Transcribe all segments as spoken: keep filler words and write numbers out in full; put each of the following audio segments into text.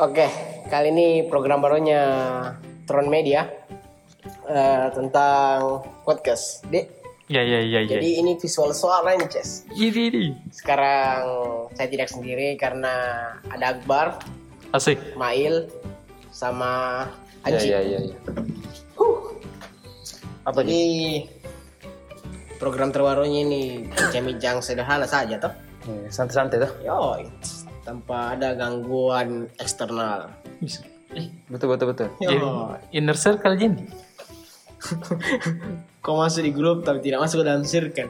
Oke, kali ini program barunya Tron Media uh, tentang podcast. Dek. Ya ya ya ya. Jadi ini visual suaranya, Ces. Ini ini. Sekarang saya tidak sendiri karena ada Akbar, Asik. Mail, sama Anji. Ya ya ya. ya. Huh. Apa Jadi program terbarunya ini bincang-bincang sederhana saja toh. nih? Santai-santai tuh. Yoi, tanpa ada gangguan eksternal. Betul betul betul. Jadi, inner circle Jin. Kau masuk di grup tapi tidak masuk ke dalam circle.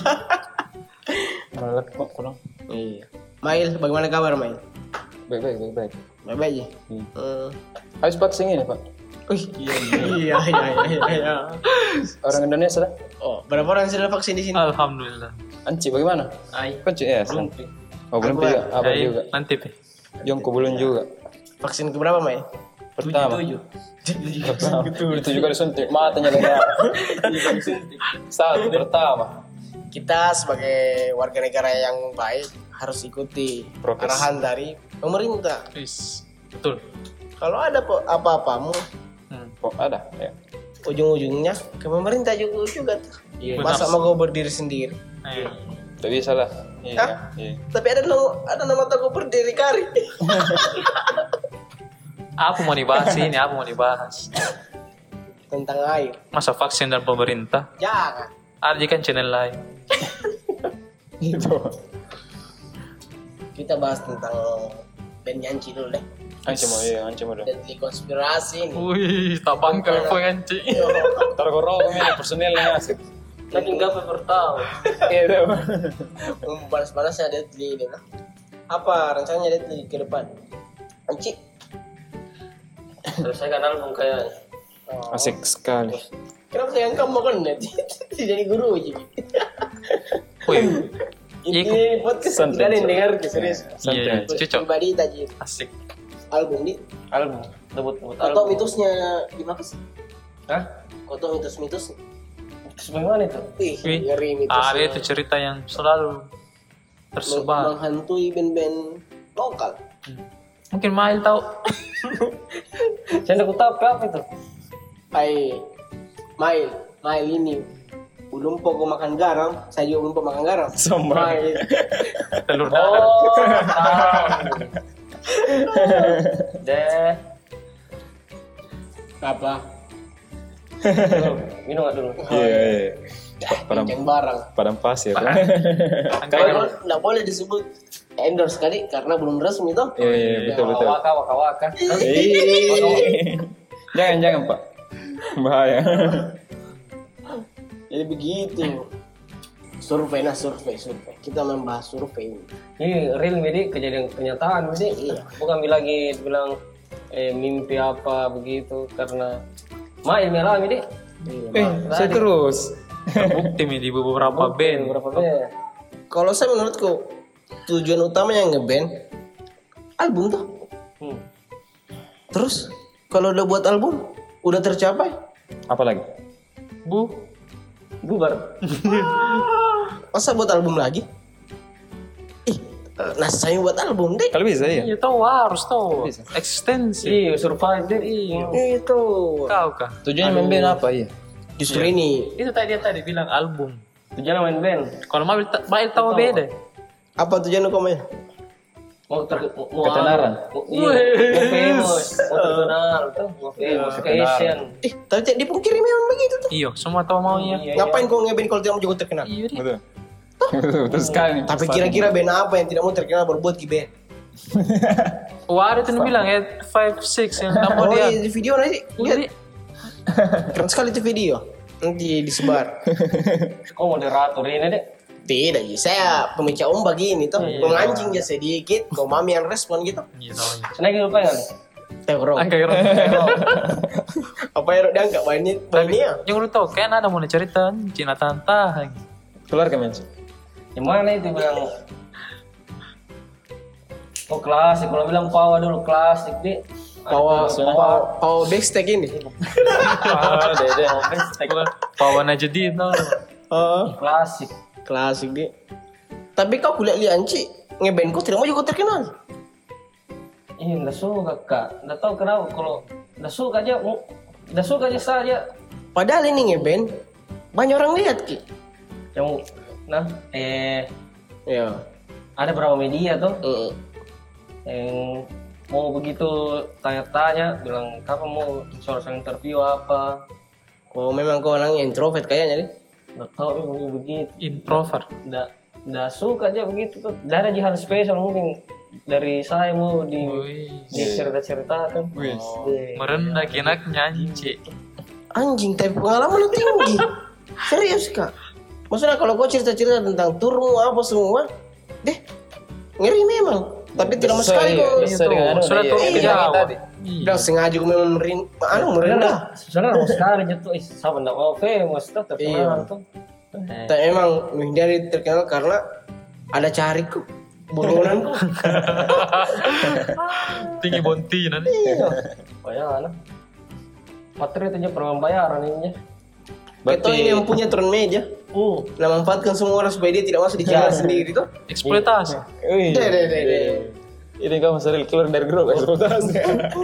Malah kok kurang. Iya. Mail, bagaimana kabar Mail? Baik baik baik baik. Baik-baik aja. Hmm. Hmm. Habis vaksin ini pak. Wih, iya iya iya iya iya. Orang Indonesia dah. Oh, berapa orang sudah vaksin di sini? Alhamdulillah. Anci bagaimana? Ai, Anci ya. belum. Oh belum Apa? juga. Apa Ayo, juga? nanti pe. Jongko belum juga. vaksin ke berapa, Mail? Pertama. Tujuh. Pertama. Itu juga disuntik matanya lagi. Satu pertama. Kita sebagai warga negara yang baik harus ikuti Prokes. arahan dari pemerintah. Wis. Betul. Kalau ada po- apa-apamu, Hmm. Kok ada? Ya. ujung-ujungnya ke pemerintah juga juga. tuh. Iya. Masa mau kau berdiri sendiri? Ayo. Tidak bisa lah. Iya. Hah? Iya. Tapi ada nama ada nama toko berdiri kari. Apa mau dibahas ini? Apa mau dibahas? Tentang air. Masa vaksin dan pemerintah? Jangan. Ada kan channel lain. Itu. Kita bahas tentang band Yanci dulu deh. Anci mau iya anci mau dong. Deadly konspirasi ini. Wih, tak bangka po nganci. Ntar kau rokok ini personilnya asik. Tapi enggak pertama. Iya tuh. Panas-panasnya Deadly ini. Nah. Apa rencananya Deadly ke depan? Anci. Selesaikan album kayak Oh. Asik sekali. Kenapa sayang kamu kan net? Jadi guru aja. Wih, Ini podcast Santai. tidak ada yang dengar serius. iya, cocok. Pribadi tadi Asik. album ini. album debut debut Kau tahu album. mitosnya gimana sih? Hah? Kau tahu mitos-mitos? Terus bagaimana itu? Wih, Wih, ngeri mitosnya. ada itu cerita yang selalu tersebar. Menghantui band-band lokal. Mungkin Mail tahu. Saya tidak tahu apa itu. Hai, Mail, Mail ini belum pokok makan garam, saya juga belum pokok makan garam. Sombong. Mail, Telur dadar. Oh, tahu. Deh, apa? dulu. Minum nggak dulu? Iya iya. Padam Bincang barang. padam pasir. Kalau nggak boleh disebut endorse kali karena belum resmi toh. Iya iya betul betul. Waka waka waka. Ih. Jangan jangan pak. Bahaya. Jadi begitu. Survei nah survei survei. Kita membahas survei ini. Ini real Medi, kejadian kenyataan Medi. Iya. Bukan lagi bilang eh, mimpi apa begitu karena main merah Medi. Eh saya terus. Terbukti nih di beberapa band. Berapa band? Kalau saya menurutku tujuan utamanya ngeband album tuh. Hmm. Terus kalau udah buat album udah tercapai, Apa lagi? Bu, Bubar. masa buat album lagi? Ih, nah saya buat album deh. Kalau bisa iya. iya tahu harus tahu. Bisa. Eksistensi. Iya, survive deh. Iya. Itu Kau kah? Tujuannya main band apa iya? justru ini. Itu tadi dia tadi bilang album. Tujuan main band. Kalau Mail ta- Mail tahu beda. Apa tujuan kamu? Mau ter mau Ketenaran. Mau, iya, mau famous, mau terkenal, tuh, mau famous, fashion. Eh, tapi tidak dipungkiri memang begitu tuh. Iya, semua tahu maunya. Iya, Ngapain kau ngeband kalau tidak mau juga terkenal? Iya deh. Betul. Betul betul sekali. Tapi kira-kira band apa yang tidak mau terkenal berbuat ki band? Wah, ada tuh yang bilang ya five six yang nama Oh dia. iya, di video nanti Iya lihat deh. keren sekali tuh video. Nanti disebar. Oh moderator ini deh. Tidak, Ji. Saya pemecah ombak gini tuh. Iya. Mengancing aja sedikit, kau mami yang respon gitu. Iya tahu. Senang lupa nggak? Terong. Angka hero. Apa yang dianggap banyak Tapi banyak? yang lu tahu kan ada mau cerita Cina Tanta. Keluar ke mens. Yang mana itu bilang? Oh klasik, kalau bilang Pawa dulu klasik deh. Pawa, pawa, pawa backstage ini. Ah, dede. Bukan Pawan aja di tahu. Oh, Klasik. klasik deh. Tapi kau kuliah lihat Anci, ngeband kau tidak mau juga terkenal. Iya, nggak suka kak. Nggak tahu kenapa kalau nggak suka aja, nggak suka aja saja. Padahal ini ngeband banyak orang lihat Ki. Yang, nah, eh, Ya. ada berapa media tuh Mm. yang mau begitu tanya-tanya, bilang kapan mau soal interview apa. Kok memang kau orangnya introvert kayaknya deh. Nggak tahu memang begitu. Introvert. Nggak, nggak suka aja begitu tuh. Nggak ada hal spesial mungkin dari saya mau di Wih. di cerita-ceritakan. Wih. Eh, Merendah kinak nyanyi. Anjing, tapi pengalaman lu tinggi. Serius kak. Maksudnya kalau kau cerita-cerita tentang turmu apa semua, deh ngeri memang. Tapi tidak sama sekali kok. Sesuai dengan anu, Sudah iya, turun iya, ke iya, Jawa. tadi. Udah sengaja gue memang merin, anu merendah. Sebenarnya mau sekali gitu, ih, sama nggak mau famous tuh terkenal Iya. tuh. Eh, Tapi emang menghindari terkenal karena ada cariku, buronanku. Tinggi bonti nanti. Bayar lah. Materi itu aja perbayaran ini. Itu ini yang punya Tron Media. Uh, Nah, manfaatkan semua orang supaya dia tidak masuk di channel sendiri tuh. Eksploitasi. Wih. Deh, deh, deh, deh. Ini kamu sering keluar dari grup eksploitasi.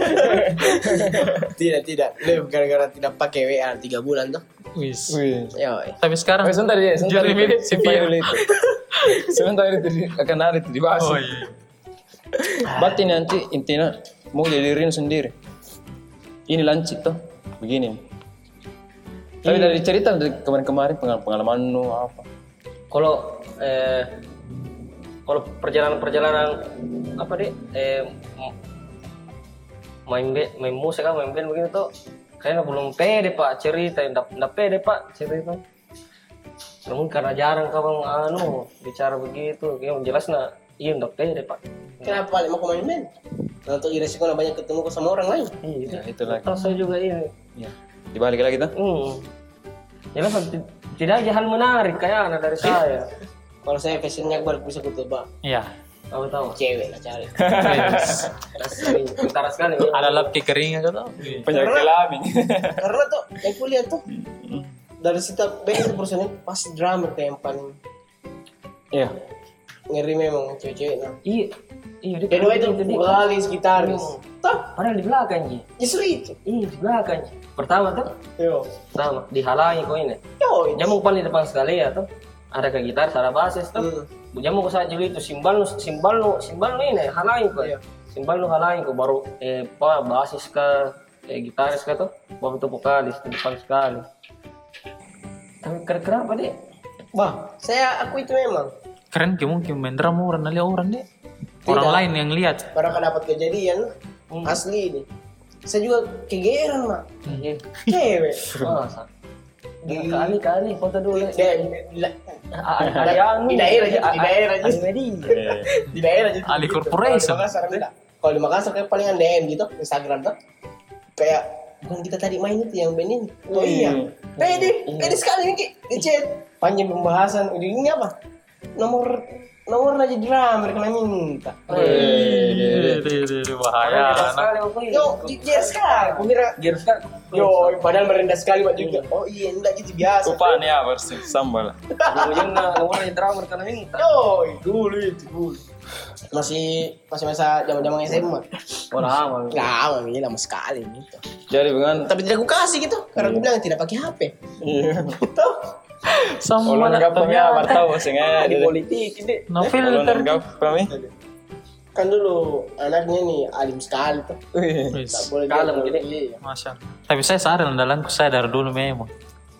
Tidak, tidak. Dia gara-gara tidak pakai W A tiga bulan tuh. Wis. Wih. Yo. Tapi sekarang Oh, sebentar ya, sebentar. Jeremy itu. si Sebentar Pia. dulu itu. Sebentar itu di- akan ada itu dibahas. Oh iya. Berarti nanti intinya mau jadi dirimu sendiri. Ini lancip tuh, begini. Tapi dari cerita dari kemarin-kemarin pengal- pengalamanmu apa? kalau eh kalau perjalanan-perjalanan apa deh eh m- main be, main musik kan main band begitu tuh kayaknya belum pede pak cerita, ndak ndak pede pak cerita. Namun karena jarang kawan anu bicara begitu, yang jelas nah iya ndak pede pak. Kenapa paling mau main band? Nanti resiko banyak ketemu sama orang lain. Iya, Ya, itu lagi. terus saya juga ini. Ya. Dibalik lagi tuh. Hmm. Jelas t- tidak aja hal menarik kayak anak dari saya. Kalau saya fashionnya baru bisa kutebak. Iya. Tahu tahu. Cewek lah cari. Wis. Pintar sekali. Ya. Ada lap kekeringan kata. Penyakit kelamin. Karena tuh yang kuliah tuh dari setiap band itu personil pasti drummer kayak yang paling Iya. ngeri memang cewek-cewek. Nah, Iya. Iya, dia kedua itu dia- dia- vokalis, gitaris. Toh, Padahal di belakang Ji. justru itu. Iya di belakang Ji. Pertama tuh, Yo, pertama dihalangi kok ini. yo, itu. Jamu paling depan sekali ya tuh. Ada ke gitar, ada basis tuh. Hmm. Jamu ke saja itu simbal lu, simbal lu, simbal lu ini halangi kok. Iya. Simbal lu halangi kok baru eh apa basis ke eh, gitaris ke tuh. Baru tuh vokalis di depan sekali. Tapi keren kenapa deh? Bah, saya aku itu memang. Keren ki mungkin main drum orang nali orang deh. Orang Tidak. lain yang lihat. Pada dapat kejadian asli ini. Saya juga kegeeran mak. Iya. Cewek. Masa? Kali kali foto dulu. Di, di, di, Ada yang di daerah aja, di daerah aja. Iya. Di daerah aja. Ali Corporation. Kalau di Makassar enggak. Kalau di Makassar kayak palingan D M gitu, Instagram tuh. Kayak bukan kita tadi main itu yang band ini. Oh iya. Pede, pede sekali nih Ki. Di chat. Panjang pembahasan. Udah ini apa? Nomor nomor aja drummer kena minta. Deh, deh, deh, bahaya. Yo, gear sekali. Aku kira Gear sekali. yo, padahal merendah sekali Pak juga. Oh iya, enggak gitu biasa. Upaan ya bersih sambal. Kemudian nomor yang drummer karena minta. Yo, dulu itu dulu. Masih masih masa zaman-zaman S M A. Oh lama. Lama, ini lama sekali gitu. Jadi dengan Tapi tidak aku kasih gitu, karena aku bilang tidak pakai H P. iya. Tuh, Sama Ulun gampangnya apa tahu sengaja. di politik ini. novel Ulun ter. gap kami. Kan dulu anaknya nih alim sekali tuh. Wih. Wis. Tak boleh Kalem dia- gini. Iya. Masya Allah. Tapi saya sadar dalamku saya dari dulu memang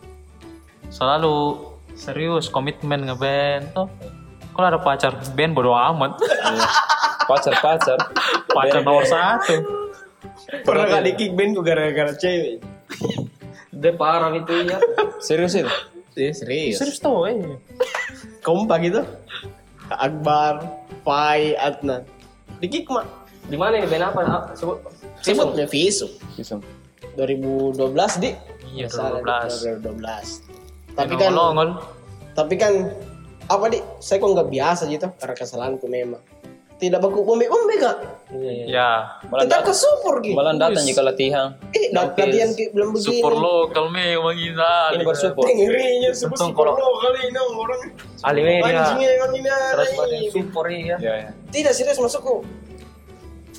selalu serius komitmen ngeband tuh. Kalau ada pacar band bodo amat. Iya. Pacar-pacar. Pacar nomor satu. Pernah gak di kick band gua gara-gara cewek. Dia parah itu ya. Serius itu? Iya, serius. Serius tuh eh. Kompak gitu. Akbar, Pai, Adnan. Di kick mah. Di mana ini band apa? Ah, Sebut. Sebutnya Visu. Bisa. dua ribu dua belas di. Iya, Nggak salah, dua ribu dua belas. dua ribu dua belas. Tapi kan Nongol. tapi kan apa di? Saya kok nggak biasa gitu karena kesalahanku memang. Tidak baku bombe-bombe kak. Iya iya. Ya, Malah Tetap ke datang, support gitu. malah datang jika latihan. Eh, dat- Nampil. latihan kayak belum begini. super lokal memang kita. Ini baru support. Ngerinya sebut Untung support kalau- lo kali ini orang. Ali media. Anjingnya emang ini ada Terus pada ini. support ya. Ya, ya. Tidak serius masukku.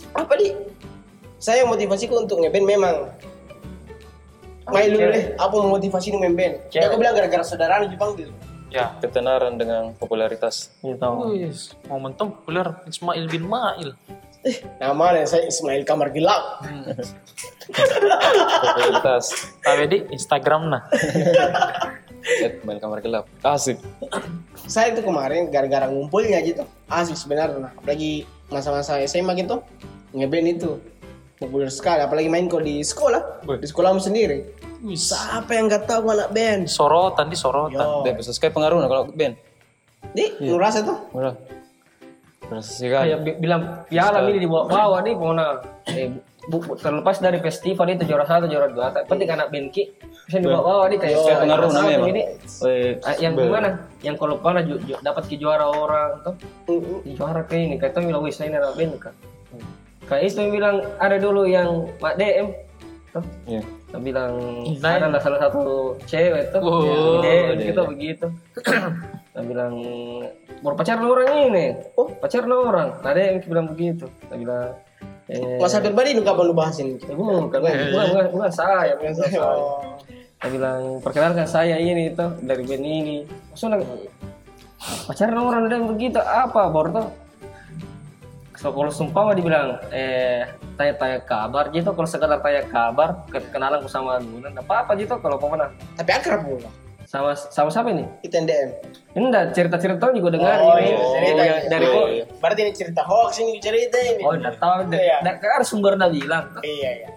apa di? Saya motivasiku untuk ngeband memang. Main dulu deh, apa motivasi lu main band? Ya aku bilang gara-gara saudara di Jepang gitu. Ya. Ketenaran dengan popularitas. Gitu. Wis, momentum populer Ismail bin Mail. Eh, namanya saya Ismail Kamar Gelap. Popularitas. Tapi di Instagram nah. Lihat main kamar gelap. Asik. Saya itu kemarin gara-gara ngumpulnya gitu. Asik sebenarnya. Apalagi masa-masa S M A gitu. Ngeband itu populer sekali. Apalagi main kok di sekolah. Di sekolahmu sendiri. Wis. Siapa yang gak tahu anak band? Sorotan di sorotan. Yo. Dia bisa sekali pengaruh kalau band. Di, lu rasa tuh? Udah. Berasa sekali. Kayak bi- bilang piala ini dibawa-bawa nih pokoknya. Eh, bu, bu- terlepas dari festival itu juara satu, juara dua, tapi penting anak band ki bisa dibawa-bawa nih kayak Sekali pengaruh juara namanya, satu Bang. ini. Eh, yang gimana? Yang kalau pernah ju- ju- dapat ke juara orang tuh, di juara kayak ini, kayak itu bilang wis ini anak band kan. Kayak itu yang bilang ada dulu yang Mak D M tuh. Iya. Dia bilang Nah, ada lah salah satu cewek tuh Oh, D M iya, gitu iya. begitu. Dia bilang baru pacaran orang ini. Oh, pacaran orang. Nah, dia yang bilang begitu. Dia bilang eh Mas Habib Bari lu kapan lu bahas ini? ya, bukan, bukan, bukan, bukan, bukan saya, bukan saya. Oh. Dia bilang perkenalkan saya ini itu dari band ini. Maksudnya pacaran orang ada yang begitu apa baru tuh. So, kalau sumpah dibilang eh tanya-tanya kabar gitu, kalau sekedar tanya kabar ke- kenalan sama dulu enggak apa-apa gitu kalau pernah Tapi akrab pula. sama sama siapa ini? Kita N D M. Ini enggak cerita-cerita juga dengar Oh, ini. iya, Oh, cerita, ya, iya. dari Oh, kok. iya. Berarti ini cerita hoax ini cerita ini. Oh, enggak tahu. Iya. Enggak kan sumber dah bilang. Iya, iya.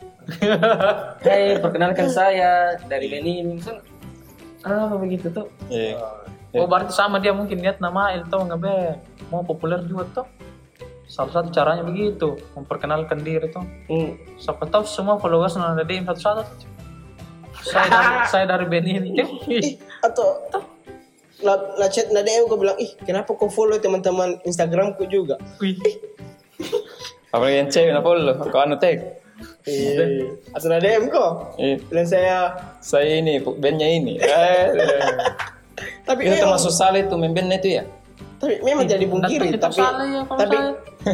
Hei, perkenalkan saya dari band ini. Maksudnya, apa begitu tuh? Iya. Oh berarti sama dia mungkin lihat nama itu ngeband. Mau populer juga tuh. Salah satu caranya begitu, memperkenalkan diri tuh. Hmm. Siapa tahu semua followers nanda D M satu-satu. Saya dari saya dari band ini. Ih, atau la, la chat na D M gue bilang, ih kenapa kau follow teman-teman Instagramku juga? Wih. Apalagi yang cewek apa lo? Kau anu tag. Iya. Atau na D M kok? Iya. Dan saya, Saya ini bandnya ini. Eh, tapi itu memang, termasuk salah itu main bandnya itu ya. tapi memang jadi bungkiri. Itu Tapi, salah ya kalau tapi, saya.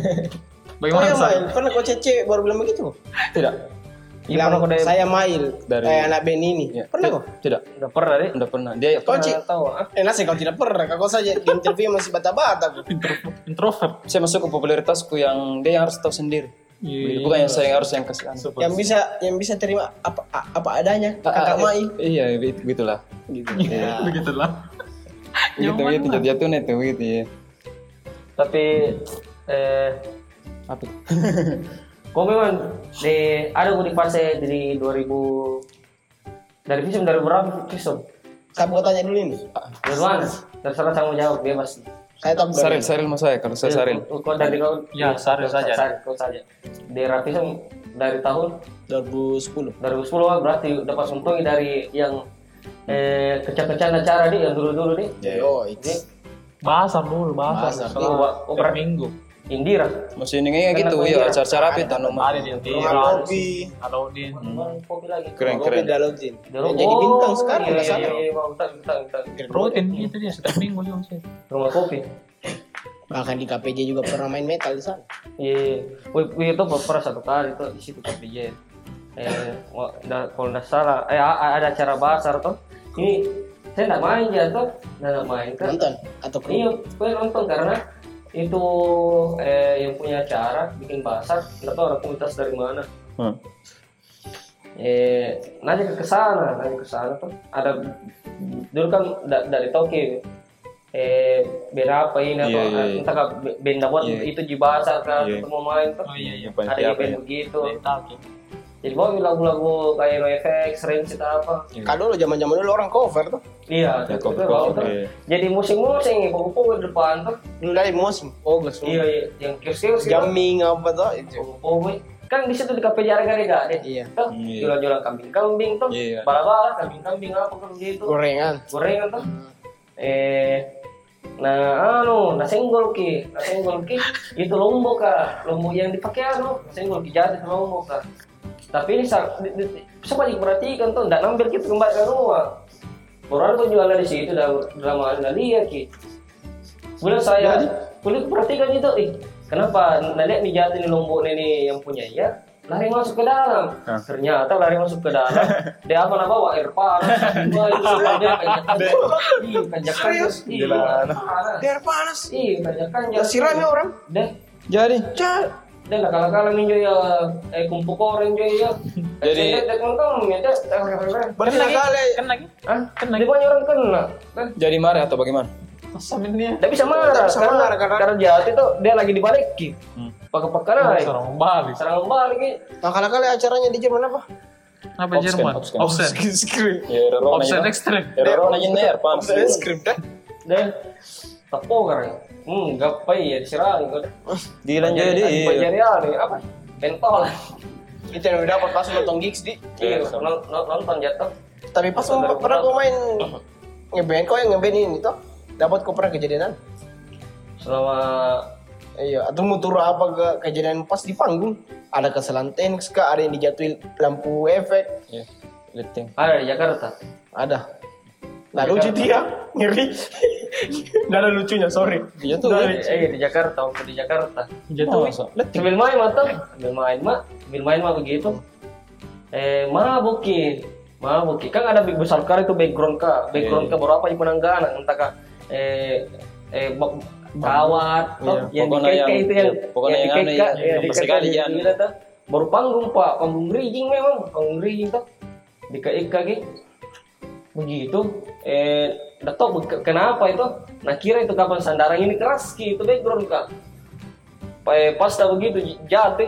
oh Bagaimana ya saya? Mail, pernah kau chat cewek baru bilang begitu? Tidak. Iya, Bilang pernah kau dari- saya Mail, Dari- eh, anak band ini. Ya. Pernah kok? Tidak. Udah pernah deh. Udah pernah. Dia Kau Pernah Ci? tahu ah. Eh nasi kau tidak pernah, kau saja di interview masih bata-bata. kok. Intro- Introvert. saya masuk ke popularitasku yang dia yang harus tahu sendiri. Iya. Bukan yang saya yang harus yang kasih anu. Yang bisa yang bisa terima apa apa adanya, Ah, kakak ah, Mail. Iya, be- begitulah. Gitu. Iya. Begitulah. Gitu gitu jatuh-jatuhnya itu begitu ya. Tapi eh Apa? itu? kau memang di ada gue di fase dari dua ribu dari visum dari berapa visum? Saya mau tanya dulu ini. Dari mana? Terserah kamu jawab bebas. Saya tahu Saril, dari Saril mas saya kalau saya Saril. Kau dari kau Ya, Saril saja. Saril, kau saja. Di Rapisum dari tahun dua ribu sepuluh. dua ribu sepuluh berarti dapat untung dari yang eh kecap-kecapan acara nih yang dulu-dulu nih. Oh, itu. Ini Bahasa dulu, bahasa. Bahasa. Soal Oh, ber- minggu. Indira. Masih ini kayak gitu ya acara-acara apa itu Ada nomor. di di Rumah kopi. Alaudin. Kopi lagi. Keren Kopi keren. Dalauddin. Dulu- Yang jadi bintang sekarang iya, nggak iya, salah. iya, iya, bentar, bentar, bentar. Rutin itu dia setiap minggu juga sih. Rumah kopi. Bahkan di K P J juga pernah main metal di sana. Iya, wih, wih, itu pernah satu kali tuh di situ K P J. Eh, wah, da- kalau nggak salah, eh a- a- ada acara basar tuh. Ini saya nggak main ya tuh, nggak main kan? Nonton atau kru? Iya, gue nonton karena itu eh yang punya acara bikin basar, nggak tahu ada komunitas dari mana. Hmm. Eh, nanya ke sana, nanya ke sana tuh ada dulu kan da- dari Tokyo. Eh, band apa ini atau Iya, iya, iya. entah kah band buat Iya. itu di basar kan Iya. ketemu main tuh. Oh iya iya. Bukan Ada siapa event ya? begitu. Tahu. Jadi bawa lagu-lagu kayak No Effects, Range itu apa. Kan dulu zaman-zaman dulu orang cover tuh. Iya, Ya, itu cover- bawa cover, tuh. iya. Jadi musim-musim nih, pokok-pokok di depan tuh. Dulu dari musim. Oh, gas. Iya, iya, yang kios-kios gitu. Jamming apa tuh itu. Pokok-pokok kan di situ di kafe jarang-jarang deh. Iya. Tuh, Iya. jualan-jualan kambing-kambing tuh. Iya. Bala-bala, kambing-kambing apa kan gitu. Gorengan. Gorengan tuh. Eh, nah, anu, nah senggol ki, nah senggol ki, itu lombok kah, lombok yang dipakai anu, senggol ki jadi itu lombok kah. Tapi ini sa- di- di- coba diperhatikan tuh, nggak ngambil kita kembali ke rumah. Orang tuh jualan di situ, udah udah lama nggak lihat ki. Kemudian saya, kulit perhatikan itu, ih, kenapa nenek nih jatuh di Lombok ini yang punya ya lari masuk ke dalam. Hah? Ternyata lari masuk ke dalam. Dia apa nama bawa air panas. Wah, itu dia kanjakan. Iya, kanjakan. Iya, panas. Biar panas. Iya, kanjakan. Lah siramnya orang. Deh, Jadi, Cak. deh lah kala-kala minjo ya eh kumpul koreng jo ya. Jadi- dek nonton ya deh. Berarti kali. Kan lagi? Hah? Kan Dia lagi? banyak orang kena. Kan? jadi marah atau bagaimana? Pasamin dia. Tidak bisa marah, Tidak bisa karena, marah, karena- karena jahat itu dia lagi dibalikin. Hmm. Pakai-pakai aja. Serang balik. Serang balik gitu. Nah, kali acaranya di Jerman apa? Apa Offscan, Jerman? offscan. Offset. Screen. Ya, Roro Offset nanya. ekstrem. Ya, Roro nanya nih, panas. Screen dah. Dan tapo kan. Hmm, gapai ya diserang gitu. Dilan jadi. Bajari ada apa? Pentol. Itu yang udah dapat pas nonton gigs di. Iya, nonton nonton jatuh. Tapi pas mau pernah kau main ngeband kau yang ngeband ini tuh dapat kau pernah kejadian? Selama Iya, atau mau turun apa ke kejadian pas di panggung? Ada kesalahan teknis kah? Ada yang dijatuhin lampu efek? Ya, liting. ada di Jakarta. Ada. Nah lucu dia, ngeri. Nggak ada lucunya, sorry. Iya tuh. Eh, eh, di Jakarta, waktu di Jakarta. Jatuh. Masa? Sambil main mah tuh, sambil main mah, sambil main mah begitu. Eh, mabukin, mabukin. Kan ada big besar sekali itu background kak, background Iya, kak berapa di penanggalan, entah kak, eh, eh, bak- kawat, toh, Iya, yang pokoknya dikeka yang- itu yang, pokoknya yang dikeka, aneh, ya, yang dikeka bersekali di- jangan. gila, toh. Baru panggung pak, panggung rigging memang, panggung rigging tuh, dikeka gitu. Begitu, eh, udah tau be- kenapa itu? Nah kira itu kapan sandaran ini keras gitu background kak. Pa- Pas dah begitu j- jatuh,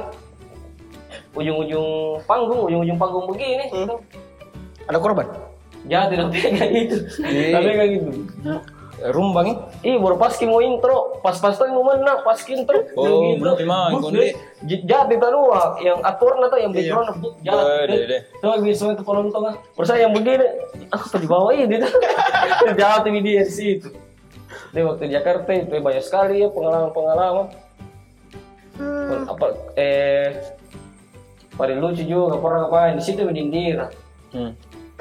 ujung-ujung panggung, ujung-ujung panggung begini, Hmm. gitu. Ada korban? Jatuh dan kayak gitu, tapi kayak gitu. Rumbang ya? Ih, baru pas mau intro, pas-pas tuh mau menang, pas intro, Oh, berarti mah, Bus, Gondi. deh. Jatuh itu dua, yang aturnya tuh yang background Oh, jatuh. deh, deh. Tuh bisa itu penonton kan, terus saya yang begini, aku tuh di bawah ini tuh, jatuh di dia di situ. Dia waktu di Jakarta itu banyak sekali ya pengalaman-pengalaman. Apa eh paling lucu juga pernah ngapain di situ di Indira. Hmm.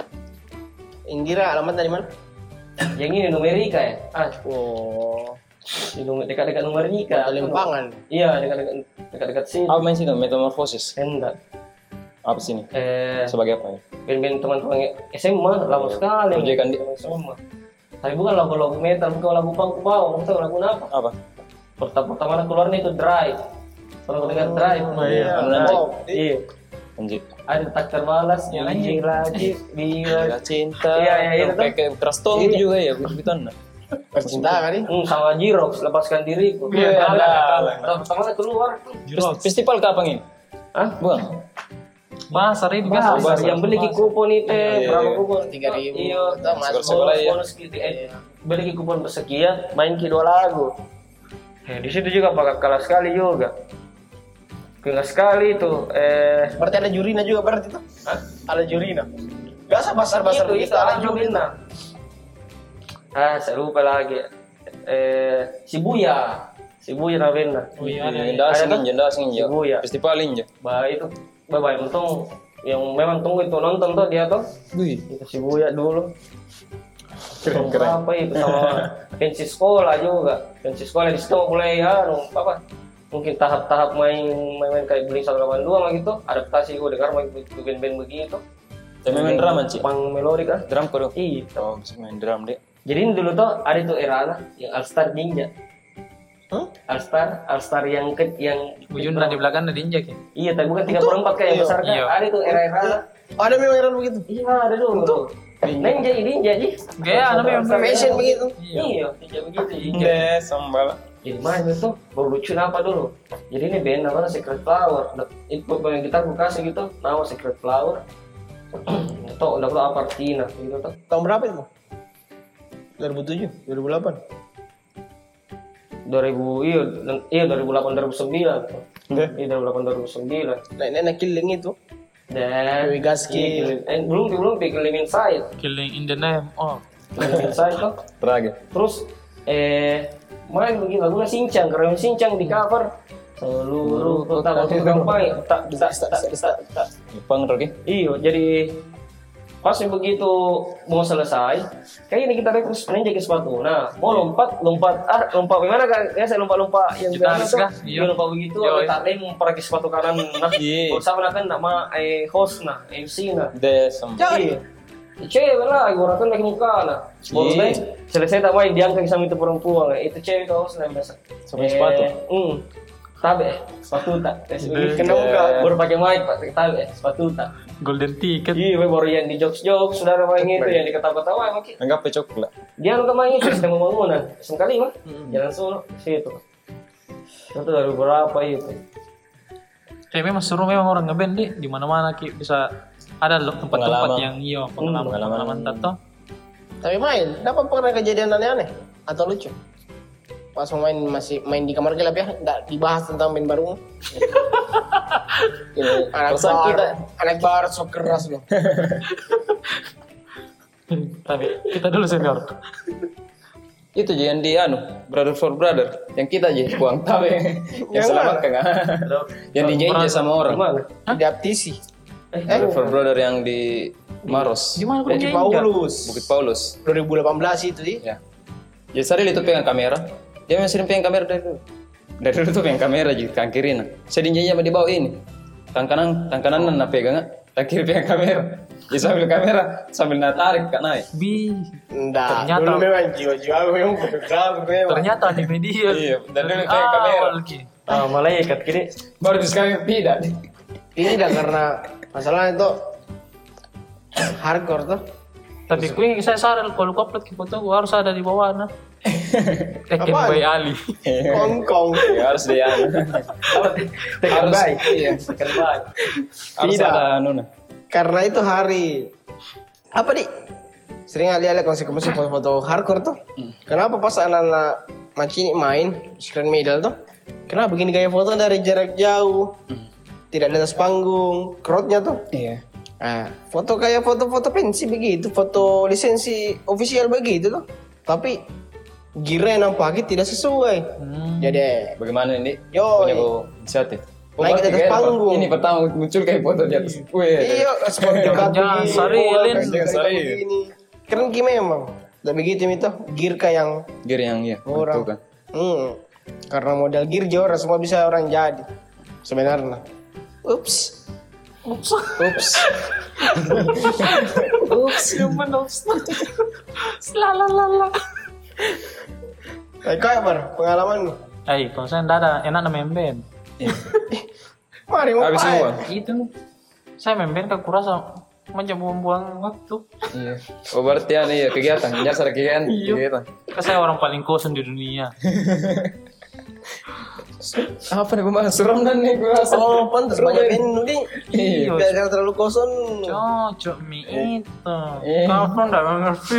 Indira alamat dari mana? Yang ini Numerika ya. Ah, Oh, di Numer- dekat-dekat Numerika. Limpangan. Iya, dekat-dekat dekat-dekat sini. Apa main sini? Metamorfosis. Enggak. Apa sini? Eh, Sebagai apa ya? band-band teman-teman S M A lama sekali. Proyekan di- S M A. Tapi bukan lagu-lagu metal, bukan lagu punk bawah, bukan lagu apa? Apa? Pertama-tama keluarnya itu Drive. Kalau kau dengar Drive, Oh, iya. Anu Drive. nanti. Iya. Anjir. Ada tak terbalas, Ya, anjing lagi, bila Ya cinta. Iya, iya, iya, Kayak kayak keras tol Iya. itu juga ya, begitu nah. Percintaan kali. Hmm, sama Jirox, lepaskan diriku. Iya, ada. Pertama keluar. Fes- Festival kapan ini? Hah? Bukan. Basar ini Basar, kan. yang beli ki kupon itu, Iya, berapa iya. kupon? Tiga ribu. Iya. Itu masuk. Sekolah ya. Bonus gitu. Eh, beli ki kupon bersekian, main ki dua lagu. Eh, di situ juga bakal kalah sekali juga. Kalah sekali itu. Eh, Berarti ada jurina juga berarti tuh. Hah? Ada jurina. Biasa basar-basar itu, begitu itu ada ada jurina. Ah, saya lupa lagi. Eh, Shibuya. Shibuya Ravenna. Oh iya, ada. Jenda Ada singin, kan? jenda singin ya. Shibuya. Festival ini ya. Bah itu, bah bah untung yang memang tunggu itu nonton tuh dia tuh. Wih, Itu Shibuya dulu. keren keren. Apa itu sama pensi sekolah juga. Pensi sekolah di situ mulai anu apa? Mungkin tahap-tahap main main, main kayak beli seratus delapan puluh dua mah gitu. Adaptasi gue dengar main band-band begitu. Tapi main drum aja. Pang melodik kan? Drum kok dong. Iya. Oh, bisa main drum deh. Jadi ini dulu tuh ada tuh era yang All Star Ninja. Hah? All Star, All Star yang ke, yang Ujung di belakang ada injak ya. Iya, tapi bukan tiga per empat kayak yang Iya. besar kan. Iya. Ada tuh era-era. Ada memang era begitu. Iya, ada dulu. Ninja, ninja ji. Gaya, namanya All Star Fashion Ninja. begitu. Iya, ninja begitu. Ninja. Deh, sambal. Jadi mana itu baru lucu apa dulu? Jadi ini band namanya Secret Flower. Nah, itu yang kita buka sih gitu, nama Secret Flower. Tuh udah tahu apa artinya gitu tuh. Tahun berapa itu? dua ribu tujuh, dua ribu delapan. dua ribu iya iya dua ribu delapan dua ribu sembilan. Iya dua ribu delapan dua ribu sembilan. Nenek killing itu. Dan Dewi Gaski. eh, belum belum Killing Inside. Killing in the name. Oh. Killing Inside tuh. Terakhir. Terus eh main begini lagunya Sincang, karena Sincang di cover seluruh kota waktu kampanye tak tak tak tak tak. Jepang lagi. Iyo, jadi pas begitu mau selesai, kayaknya kita rekrut sebenarnya jaga sepatu. Nah, mau lompat, lompat, ah lompat gimana kan? Ya saya lompat-lompat yang Kita biasa harus tuh. kah? Dia Iya. lompat begitu, Yo, tak ada yang pakai sepatu kanan. Nah, Iya. kalau sama kan nama eh host nah, M C nah. Desem. Iya. Cewek lah, gue rata lagi muka nah. Boleh selesai tak main diangkat sama itu perempuan. Itu cewek kau senang biasa. Sampai sepatu? Hmm. Tabe, sepatu tak. Iya. Kena muka baru pakai mic pak. Tabe, sepatu tak. Golden ticket. Iya, baru yang di jokes-jokes, saudara main itu yang diketawa-ketawa makin. Anggap pecok lah. Dia nggak main itu sedang membangunan. Sekali mah, jalan solo situ. Itu dari berapa itu? Kayak memang seru memang orang ngeband deh. Di mana-mana ki bisa ada loh tempat-tempat Pengalaman. yang iya pengalaman pengalaman. pengalaman tato. Tapi main, dapat pernah kejadian aneh-aneh atau lucu? Pas mau main masih main di kamar gelap ya, nggak dibahas tentang band baru. Ini Anak perasaan bar, kita. anak bar sok keras loh. Tapi kita dulu senior. Itu aja yang di anu, brother for brother. Yang kita aja buang tabe. Yang Yang selamat mana? kan. Yang dijenje sama orang. Gimana? Di Aptisi, Eh, Brother for brother yang di Maros, Gimana kau di nyanyi? Paulus, Bukit Paulus. dua ribu delapan belas itu sih. Ya. Jadi Saril itu pegang kamera. Dia memang sering pegang kamera dari dulu. Dari dulu tuh pegang kamera aja, kang kiri nah. Saya dijanji sama di bawah ini. Tang kanan, tang kanan nah pegang, tang kiri pegang kamera. Dia sambil kamera, sambil nah tarik kak naik. Bi. Enggak, Ternyata- dulu memang jiwa-jiwa aku memang fotografer memang. Ternyata di media. Iya, dan dulu pegang kamera. Awal ki. Ah, malaikat kiri. Baru di sekarang tidak. Ini tidak karena masalahnya itu hardcore tuh. Tapi ku ingin saya saran kalau ku upload ke foto ku harus ada di bawah nah. Taken Apaan? by Ali. Kongkong. Ya harus dia. Tekan Harus. baik. Iya. Tekan baik. Harus Tidak. ada anu nah. Karena itu hari apa di? Sering alih-alih konsep-konsep foto hardcore tuh. Kenapa pas anak-anak macini main screen medal tuh? Kenapa begini gaya foto dari jarak jauh? Tidak di atas panggung, crowdnya tuh. Iya. Nah, foto kayak foto-foto pensi begitu, foto lisensi official begitu tuh. Tapi gear yang nampaknya tidak sesuai. Hmm. Jadi Bagaimana ini? Yo, Punya ku inisiatif. Naik ke atas Kayak panggung. Ini pertama muncul kayak foto di atas. Wih. iya, seperti Jangan begini, sarilin. oh, kayak Saril. begini. Keren gimana memang. Dan begitu itu gear kayak yang Gear yang iya. orang. Itu kan. Hmm. Karena modal gear jora semua bisa orang jadi. Sebenarnya. Ups. Ups. Ups. Ups. Cuman ups. Lalalala. Kayak kayak bar pengalaman. Eh, kalau saya enggak ada enak namanya band. Iya. Mari mau Habis semua. Itu saya main band kan kurasa macam buang-buang waktu. Iya. Oh berarti ya iya kegiatan, jasa kegiatan, Iya. kegiatan. Kan saya orang paling kosen di dunia. Apa nih pembahasan suram dan nih gue rasa. Oh, pantas banyak band nih. Iya. Biar jangan terlalu kosong. Cocok mi itu. Eh. Kau kan enggak ngerti.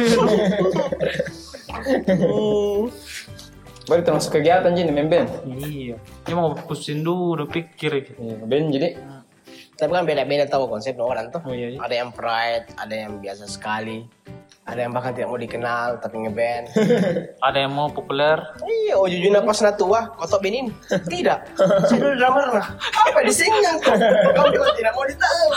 Hmm. Baru termasuk kegiatan jadi main band. Iya. Dia mau pusing dulu pikir gitu. Iya, band jadi. Tapi kan beda-beda tahu konsep orang tuh. Oh iya, iya. Ada yang pride, ada yang biasa sekali. Ada yang bahkan tidak mau dikenal tapi ngeband. Ada yang mau populer. Iya, oh jujurnya pas na tua, kotok benin. Tidak. Saya dulu drummer nah. Apa disinggang tuh? Kau juga tidak mau ditahu.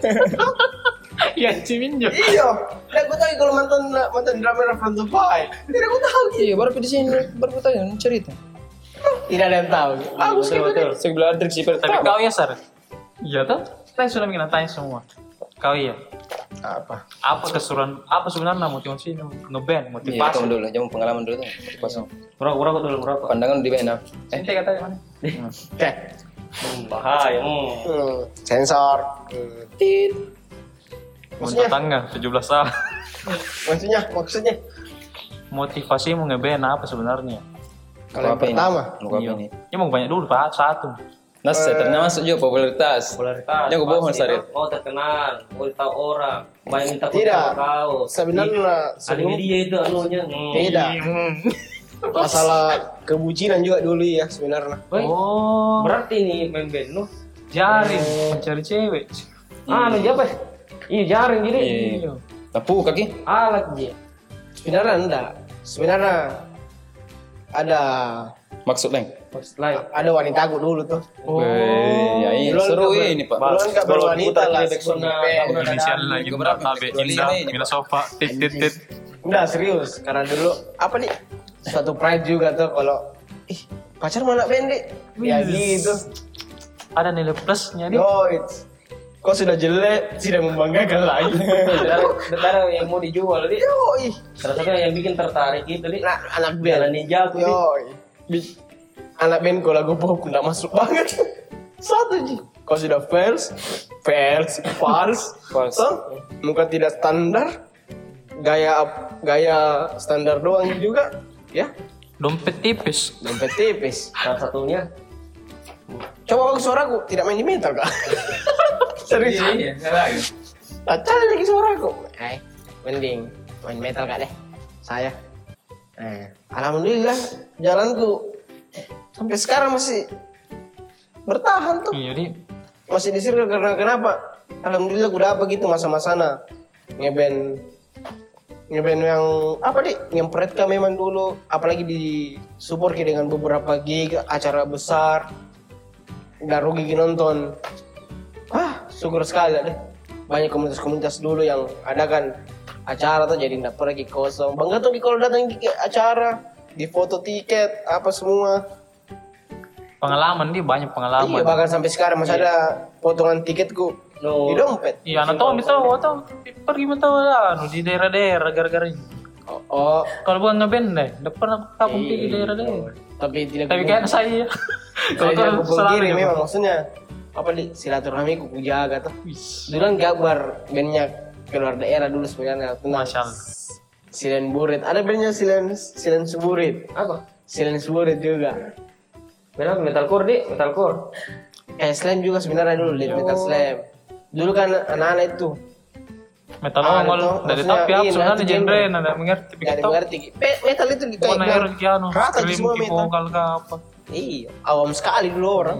Ya cimin juga. Iya. Dan aku tahu kalau mantan mantan drummer Front to Five. Tidak aku tahu. Iya, baru di sini baru tanya cerita. Tidak ada yang tahu. Bagus Betul, gitu betul. deh. Saya belajar trik sipir. Tapi kau ya Sar. Iya tuh. Saya sudah bikin tanya semua. Kau iya. Apa? Apa keseruan? Apa sebenarnya motivasi ngeband? Iya, Motivasi. kamu dulu, jangan pengalaman dulu tuh. Motivasi. Berapa berapa dulu berapa? Pandangan di band apa? Eh, Ente katanya mana? Oke. Hmm, bahaya. Hmm. Hmm, sensor. Hmm. Tit. Mau Maksudnya? tetangga tujuh belas tahun. Maksudnya, maksudnya. Motivasi mau ngeband apa sebenarnya? Kalau yang Apa ini? pertama, Mau apa Iya. ini? Ya mau banyak dulu Pak, satu. Nah, saya termasuk juga popularitas. Popularitas. Jangan bohong, pasti. Saril. Oh terkenal, mau tahu orang, banyak minta foto Tidak. sama kau. sebenarnya Ada sebelum media itu anunya. Hmm. tidak. Masalah kebucinan juga dulu ya sebenarnya. Woi, Oh, berarti nih main band lu. jaring mencari cewek. Ah, anu siapa? Iya jaring jadi. Iya. Tapu kaki. Alat dia. Sebenarnya enggak. Sebenarnya ada Maksud Leng. Post live. Ada wanitaku dulu tuh. Weh, ya ini Duluan seru nggak ber- ini Pak. duluan nggak Kalau berwanita diputar lah. ke backsound-nya, sebelum kamu band. Inisial lagi Keberapa? Tabe Dua Cinta lima ini, Mina Pak. Sofa tit tit tit. Enggak serius, karena dulu apa nih? Suatu pride juga tuh kalau ih pacar mana band deh. Ya gitu. Ada nilai plusnya nih. Yo, it's kok sudah jelek, tidak membanggakan lagi. Bentar, bentar yang mau dijual dia. Yo, ih. Salah satu yang bikin tertarik itu dia. Nah, anak Jalan band. ninja aku nih. Yo, bi- anak band kalau lagu pop nggak masuk banget. Satu ji. Kau sudah fals, fals, fals, Fals. so, muka tidak standar, gaya gaya standar doang juga, ya. Dompet tipis. Dompet tipis. Salah satunya. Coba aku suaraku tidak main di metal kak. Serius. Iya, salah. Acal lagi suaraku. Eh, mending main metal kak deh. Saya. Eh, alhamdulillah jalanku sampai sekarang masih bertahan tuh. Iya, di Masih di circle karena kenapa? Alhamdulillah gue dapet gitu masa-masana ngeband ngeband yang apa nih? Nyempret kan memang dulu, apalagi di support kayak dengan beberapa gig acara besar. Nggak rugi nonton. Ah, syukur sekali deh. Banyak komunitas-komunitas dulu yang ada kan acara tuh jadi nggak pergi kosong. Bangga tuh kalau datang ke acara, di foto tiket apa semua. pengalaman dia banyak pengalaman. Iya, bahkan sampai sekarang masih ada potongan tiketku No. di dompet. Iya, anak tahu, tahu, tahu. Pergi tahu lah, anu di daerah-daerah gara-gara ini. Oh, oh, Kalau bukan ngeband deh, udah pernah kampung Iya. di daerah-daerah. tapi tidak Tapi kayak saya. kalau Kalau aku selama kiri ini, memang maksudnya apa di silaturahmi ku jaga tuh. Dulu kan Gakbar bandnya keluar daerah dulu sebenarnya. Tentang Masya Allah. Silen Burit. Ada bandnya Silen Silen Suburit. Apa? Silen Suburit juga. Berapa metalcore di? Metalcore. Eh Slam juga sebenarnya dulu di Metal Slam. Dulu kan anak-anak itu Metal Ah, ongol itu dari maksudnya, tapi apa iya, sebenarnya itu genre genre. nada mengerti nggak begitu. mengerti. Pe- Metal itu kayak Warna air kiano, rata di scream semua ki metal. vokal ke apa. Iya, awam sekali dulu orang.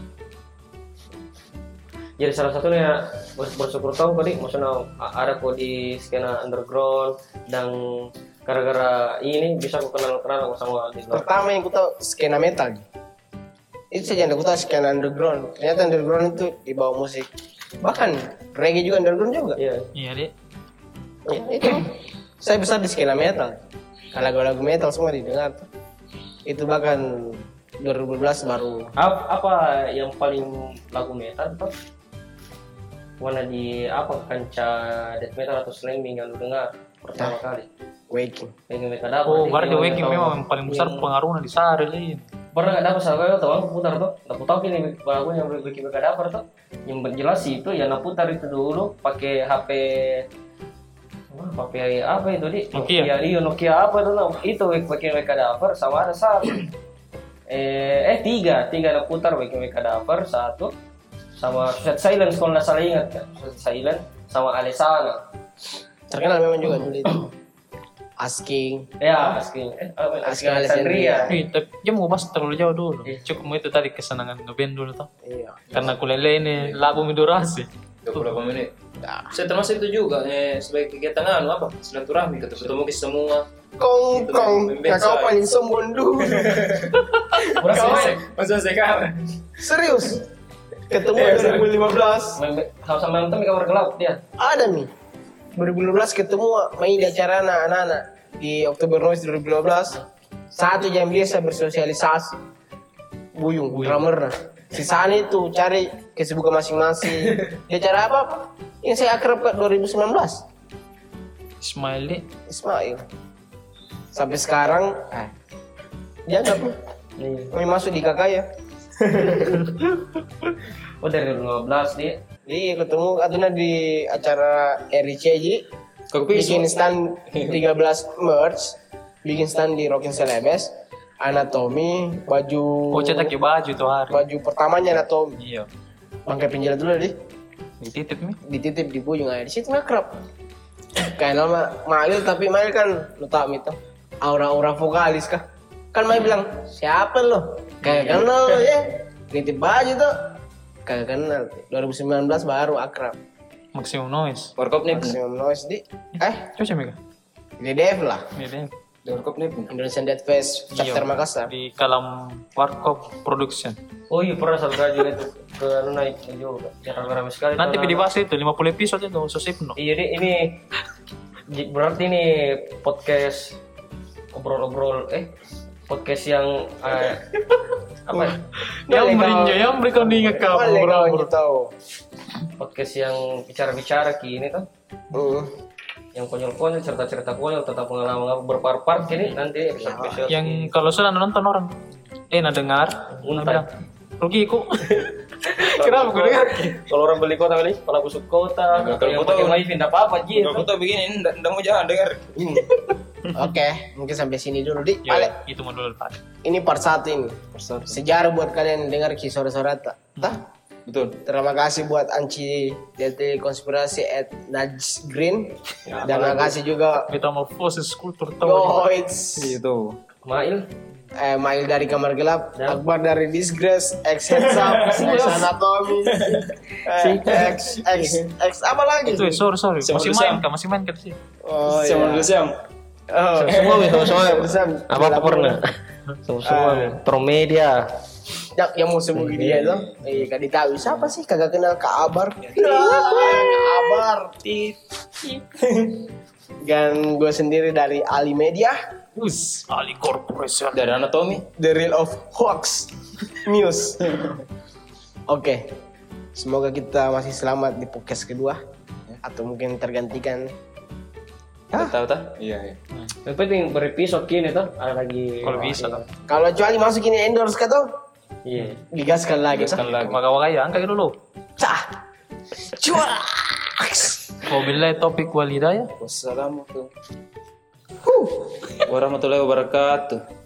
Jadi salah satunya bers- bersyukur tahu kok di, maksudnya a- ada kok di skena underground dan gara-gara ini bisa aku kenal-kenal sama di luar. Pertama yang ku tahu skena metal. Itu saja yang ku tahu skena underground. Ternyata underground itu di bawah musik. Bahkan reggae juga underground juga. Iya. Iya, Dik. Ya, itu. Saya besar di skena metal. Kalau lagu-lagu metal semua didengar tuh. Itu bahkan dua ribu dua belas baru Apa, apa yang paling lagu metal tuh? Warna di apa kanca death metal atau slamming yang lu dengar pertama kali? Waking. Yang mereka dapat. Oh, di- berarti yang Waking tahu- memang yang paling besar yang- pengaruhnya di Sari lain. Pernah nggak dapat salah kau tahu aku putar tuh. Aku tahu ini lagu yang bikin mereka dapat tuh. Yang berjelas itu yang aku putar itu dulu pakai H P Wah, pakai apa itu di? Nokia. Iya, Nokia apa itu? Nah, itu pakai mereka dapat sama ada satu. eh, eh tiga, tiga aku putar pakai mereka dapat satu sama Suicide Silence kalau nggak salah ingat kan? Suicide Silence sama Alessana. Terkenal memang juga dulu itu. Asking. Ya, asking. Eh, apa? Asking Asking Alexandria. Eh, tapi dia mau bahas terlalu jauh dulu. Iya. Cukup mau itu tadi kesenangan ngeband dulu toh. Iya. Karena kulele ini lagu midurasi. dua puluh delapan menit. Saya termasuk itu juga eh, sebagai kegiatan anu apa? Silaturahmi ketemu ketemu ke semua. Kong Itu kong. memang Kakak biasa. paling sombong dulu. Berapa sih? Masa sekarang. Serius. Ketemu Iya, dua ribu lima belas. Sama nonton di kamar gelap dia. Ada nih. dua ribu lima belas ketemu main di acara anak-anak di Oktober Noise dua ribu lima belas. Satu jam biasa bersosialisasi. Buyung, drummer. Sisanya itu cari kesibukan masing-masing. Di acara apa? Yang saya akrab ke dua ribu sembilan belas. Ismail Dik. Ismail. Sampai sekarang, eh, dianggap Nih. main masuk di kakak ya. Oh dari dua ribu lima belas dia. Iya ketemu katanya di acara R I C J. Kopi Bikin stand tiga belas merch, bikin stand di Rockin Celebes, anatomi, baju Oh, cetak ya baju tuh hari. baju pertamanya anatomi. Iya. Bangkai penjara dulu deh, Dititip nih. dititip di Bujung aja. Di situ ngakrab. Kayak nama Mail tapi Mail kan lu tau itu aura-aura vokalis kah? Kan Mail bilang, "Siapa lo?" Kayak kenal lo ya. Nitip baju tuh. Kayak kenal. dua ribu sembilan belas baru akrab. Maximum Noise. Warkop nih. Maximum Noise di eh Coba Mega. di Dev lah. Iya deh. Di Warkop nih. Indonesian Dead Fest chapter Iya, Makassar. di Kalam Warkop Production. Oh iya pernah saudara juga itu ke anu naik juga. Rame-rame sekali. Nanti tuh, dibahas itu lima puluh episode itu sosip no. Iya deh, ini j- berarti ini podcast obrol-obrol eh podcast yang eh, apa ya? Yang Boleh berinjo, kau- yang beri kau ingat kau. Boleh bro, kau bro. tahu. Podcast yang bicara-bicara kini tuh Hmm. yang konyol-konyol cerita-cerita konyol tentang pengalaman berpart-part ini nanti episode-episode Yang kalau sudah nonton orang, eh nah dengar, nah Untai. bilang, rugi ku. Kenapa gue dengar? kalau orang beli kota beli kalau busuk kota Kalau kalau yang kota- pakai wifi tidak apa-apa gitu. Kalau tuh begini, ndak mau jangan dengar. Oke, mungkin sampai sini dulu di. Ya, Ale, itu mau dulu Pak. ini part satu ini. Sejarah buat kalian yang dengar kisah sore-sore tak? Tah? Betul. Terima kasih buat Anci D T Konspirasi at Naj Green. Dan terima kasih juga Metamorphosis kultur Yo, tahu. it's Itu. Mail eh, Mail dari Kamar Gelap, Dan- Akbar dari Disgrace, X Heads Up, X Anatomy, eh, X X X apa lagi? Itu, eh, sorry sorry, Siapa masih dulu, main Sam? kan, masih main kan sih. Oh Siapa dulu Siam? Oh, semua nih semua Bersam. apa apa pernah semua semua nih Promedia Ya, yang mau sembuh gini ya tuh. Eh, kadi tahu siapa sih kagak kenal Kak Abar? Kak Abar. Dan gue sendiri dari Ali Media, Us, Ali Corporation. Dari Anatomi. The Real of Hoax News. Oke, semoga kita masih selamat di podcast kedua, atau mungkin tergantikan. Tahu tahu tak? Iya, iya. yang penting berepisode kini tuh ada lagi Kalau bisa kan. Kalau kecuali masuk ini endorse kan tuh, iya digaskan lagi. Gaskan lagi. Maka ya, angkat dulu. Cah, cuak. Wabillahi topik wal hidayah. Wassalamualaikum warahmatullahi wabarakatuh.